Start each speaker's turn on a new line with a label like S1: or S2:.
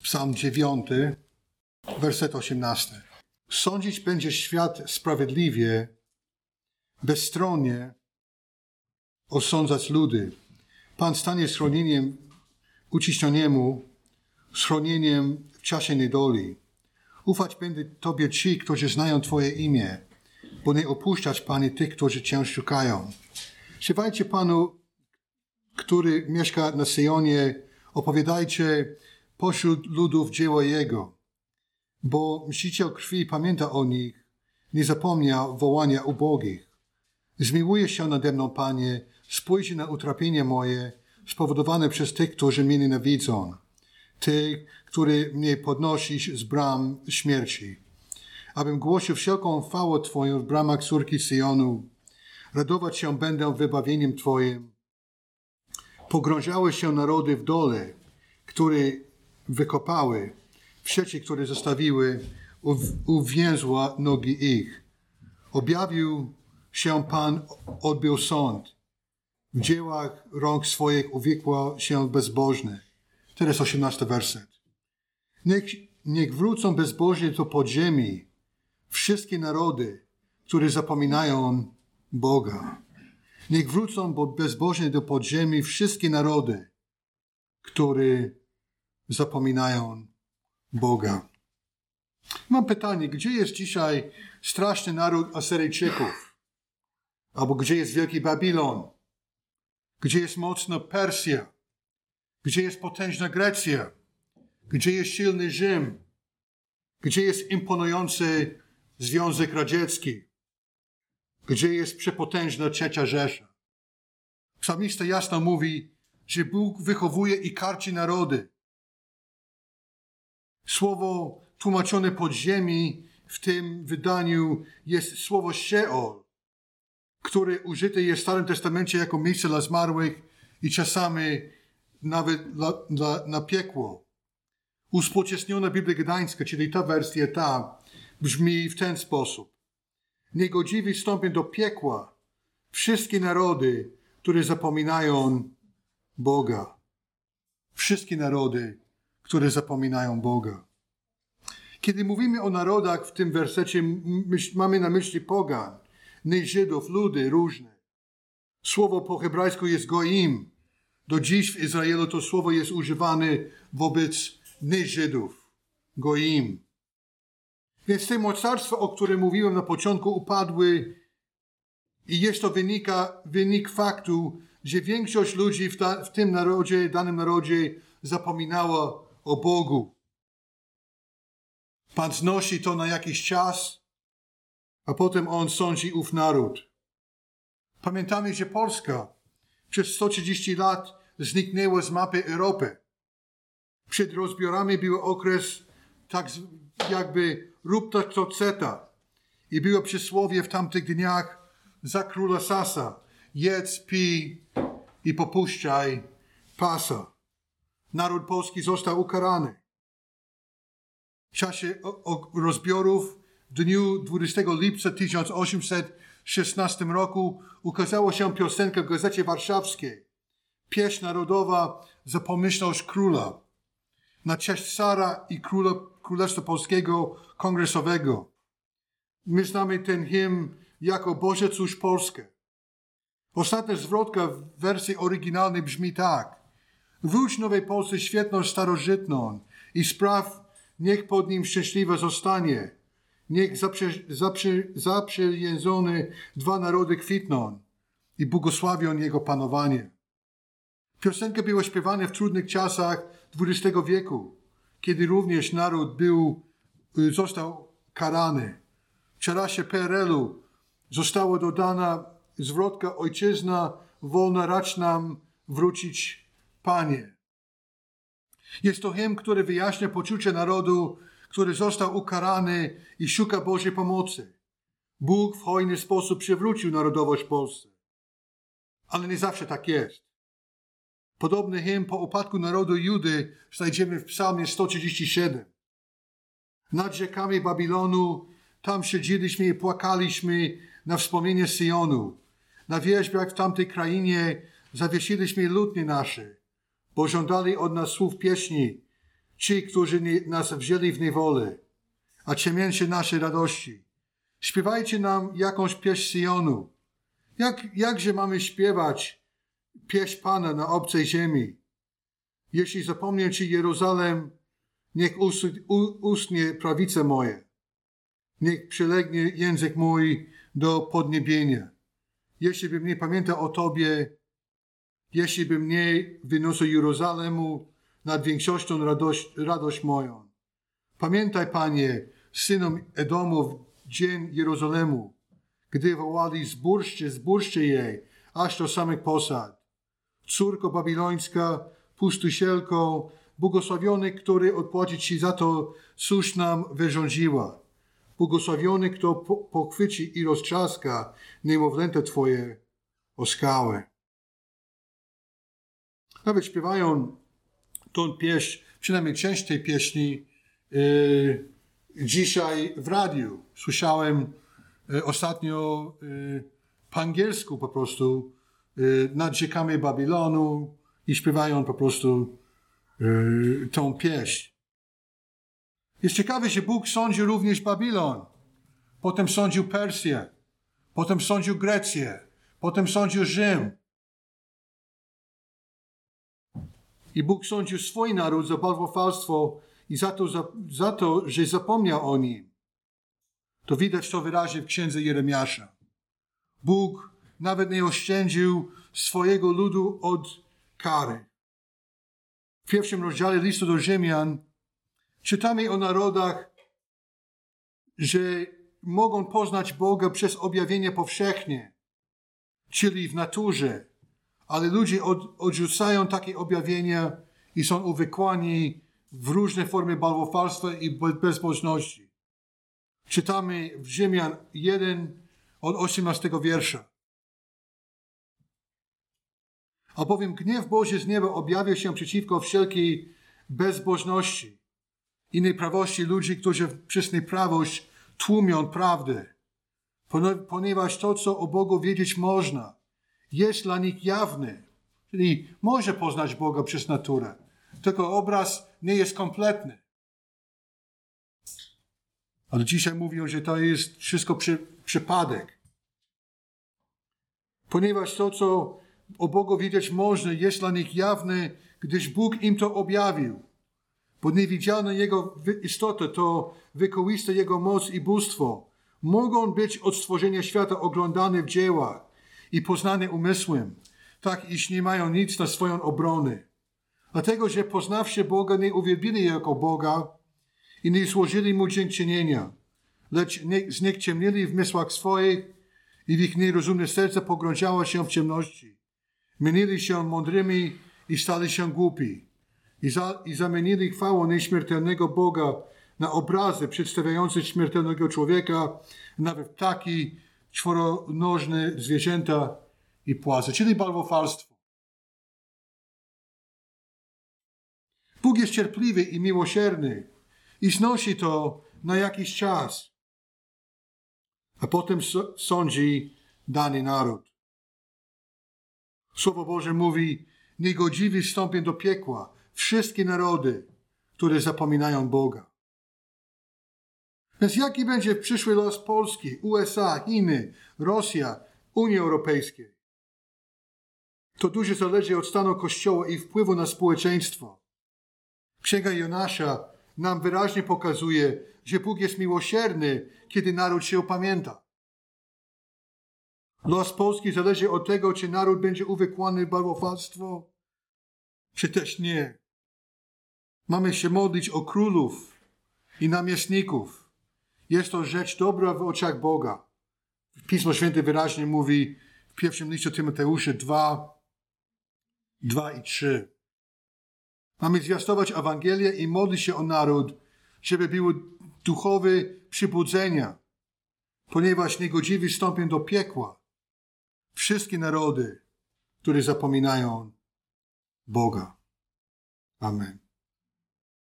S1: Psalm 9, werset 18. Sądzić będzie świat sprawiedliwie, bezstronnie osądzać ludy. Pan stanie schronieniem uciśnionemu, schronieniem w czasie niedoli. Ufać będą Tobie ci, którzy znają Twoje imię, bo nie opuszczać, Panie, tych, którzy Cię szukają. Śpiewajcie Panu, który mieszka na Syjonie, opowiadajcie pośród ludów dzieło Jego, bo mściciel krwi pamięta o nich, nie zapomnia wołania ubogich. Zmiłuje się nade mną, Panie, spójrz na utrapienie moje, spowodowane przez tych, którzy mnie nienawidzą. Ty, który mnie podnosisz z bram śmierci. Abym głosił wszelką chwałę Twoją w bramach córki Syjonu. Radować się będę wybawieniem Twoim. Pogrążały się narody w dole, które wykopały, w sieci, które zostawiły, uwięzła nogi ich. Objawił się Pan, odbył sąd. W dziełach rąk swoich uwikła się bezbożny. Teraz 18 werset. Niech wrócą bezbożnie do podziemi wszystkie narody, które zapominają Boga. Niech wrócą bezbożnie do podziemi wszystkie narody, które zapominają Boga. Mam pytanie, gdzie jest dzisiaj straszny naród Asyryjczyków? Albo gdzie jest wielki Babilon? Gdzie jest mocna Persja? Gdzie jest potężna Grecja? Gdzie jest silny Rzym? Gdzie jest imponujący Związek Radziecki? Gdzie jest przepotężna Trzecia Rzesza? Psalmista jasno mówi, że Bóg wychowuje i karci narody. Słowo tłumaczone podziemi w tym wydaniu jest słowo Sheol, które użyte jest w Starym Testamencie jako miejsce dla zmarłych i czasami nawet na piekło. Uspółcześniona Biblia Gdańska, czyli ta wersja brzmi w ten sposób. Niegodziwi wstąpią do piekła wszystkie narody, które zapominają Boga. Wszystkie narody, które zapominają Boga. Kiedy mówimy o narodach w tym wersecie, mamy na myśli pogan, nie Żydów, ludy różne. Słowo po hebrajsku jest goim. Do dziś w Izraelu to słowo jest używane wobec nie-Żydów. Goim. Więc te mocarstwa, o których mówiłem na początku, upadły i jest to wynik faktu, że większość ludzi w tym narodzie, danym narodzie zapominała o Bogu. Pan znosi to na jakiś czas, a potem On sądzi ów naród. Pamiętamy, że Polska przez 130 lat zniknęła z mapy Europy. Przed rozbiorami był okres tak jakby rób to, co chce. I było przysłowie w tamtych dniach za króla Sasa. Jedz, pij i popuszczaj pasa. Naród polski został ukarany. W czasie rozbiorów w dniu 20 lipca 1816 roku ukazała się piosenka w Gazecie Warszawskiej. Pieśń narodowa za pomyślność króla. Na cześć cara i Królestwa Polskiego Kongresowego. My znamy ten hymn jako Boże cóż Polskę. Ostatnia zwrotka w wersji oryginalnej brzmi tak. Wróć nowej Polsce świetność starożytną i spraw, niech pod nim szczęśliwa zostanie. Niech zaprzyjaźnione dwa narody kwitną i błogosławią jego panowanie. Piosenka była śpiewana w trudnych czasach XX wieku, kiedy również naród został karany. W czasie PRL-u została dodana zwrotka ojczyzna wolna racz nam wrócić, Panie. Jest to hymn, który wyjaśnia poczucie narodu, który został ukarany i szuka Bożej pomocy. Bóg w hojny sposób przywrócił narodowość Polsce. Ale nie zawsze tak jest. Podobny hymn po upadku narodu Judy znajdziemy w psalmie 137. Nad rzekami Babilonu, tam siedzieliśmy i płakaliśmy na wspomnienie Syjonu. Na wierzbach w tamtej krainie zawiesiliśmy lutnie nasze, bo żądali od nas słów pieśni. ci, którzy nas wzięli w niewolę, a ciemięcie naszej radości. Śpiewajcie nam jakąś pieśń Syjonu. Jakże mamy śpiewać pieśń Pana na obcej ziemi? Jeśli zapomnę Ci Jeruzalem, niech ustnie prawice moje. Niech przylegnie język mój do podniebienia. Jeśli bym nie pamiętał o Tobie, jeśli bym nie wyniósł Jeruzalemu nad większością radość moją. Pamiętaj, Panie, synom Edomu w dzień Jerozolemu, gdy wołali zbórzcie jej, aż do samych posad. Córko babilońska, pustoszelko, błogosławiony, który odpłaci Ci za to, cóż nam wyrządziła. Błogosławiony, kto pochwyci i roztrzaska niemowlęta Twoje o skałę. Nawet śpiewają tą pieśń, przynajmniej część tej pieśni, dzisiaj w radiu. Słyszałem ostatnio po angielsku po prostu nad rzekami Babilonu i śpiewają po prostu tą pieśń. Jest ciekawe, że Bóg sądził również Babilon. Potem sądził Persję. Potem sądził Grecję. Potem sądził Rzym. I Bóg sądził swój naród za bałwochwalstwo i za to, że zapomniał o nim. To widać to wyraźnie w księdze Jeremiasza. Bóg nawet nie oszczędził swojego ludu od kary. W pierwszym rozdziale listu do Rzymian czytamy o narodach, że mogą poznać Boga przez objawienie powszechnie, czyli w naturze, ale ludzie odrzucają takie objawienia i są uwikłani w różne formy bałwochwalstwa i bezbożności. Czytamy w Rzymian 1 od 18 wiersza. Albowiem gniew Boży z nieba objawia się przeciwko wszelkiej bezbożności i nieprawości ludzi, którzy przez nieprawość tłumią prawdę. Ponieważ to, co o Bogu wiedzieć można, jest dla nich jawne. Czyli może poznać Boga przez naturę. Tylko obraz nie jest kompletny. Ale dzisiaj mówią, że to jest wszystko przypadek. Ponieważ to, co o Bogu wiedzieć można, jest dla nich jawne, gdyż Bóg im to objawił. Bo niewidzialna Jego istota to wykołiste Jego moc i bóstwo mogą być od stworzenia świata oglądane w dziełach i poznane umysłem, tak iż nie mają nic na swoją obronę. Dlatego, że poznawszy Boga, nie uwielbili jako Boga i nie złożyli Mu dziękczynienia, lecz zniekciemnili w myślach swoich i w ich nierozumne serce pogrążało się w ciemności. Mienili się mądrymi i stali się głupi. I zamienili chwałę nieśmiertelnego Boga na obrazy przedstawiające śmiertelnego człowieka, nawet ptaki, czworonożne zwierzęta i płazy, czyli bałwochwalstwo. Bóg jest cierpliwy i miłosierny i znosi to na jakiś czas, a potem sądzi dany naród. Słowo Boże mówi, niegodziwi wstąpią do piekła wszystkie narody, które zapominają Boga. Więc jaki będzie przyszły los Polski, USA, Chiny, Rosja, Unii Europejskiej? To dużo zależy od stanu Kościoła i wpływu na społeczeństwo. Księga Jonasza nam wyraźnie pokazuje, że Bóg jest miłosierny, kiedy naród się opamięta. Los Polski zależy od tego, czy naród będzie uwikłany w bałwochwalstwo, czy też nie. Mamy się modlić o królów i namiestników. Jest to rzecz dobra w oczach Boga. Pismo Święte wyraźnie mówi w pierwszym liście Tymoteusza 2 i 3. Mamy zwiastować Ewangelię i modlić się o naród, żeby było duchowe przybudzenia, ponieważ niegodziwi wstąpią do piekła wszystkie narody, które zapominają Boga. Amen.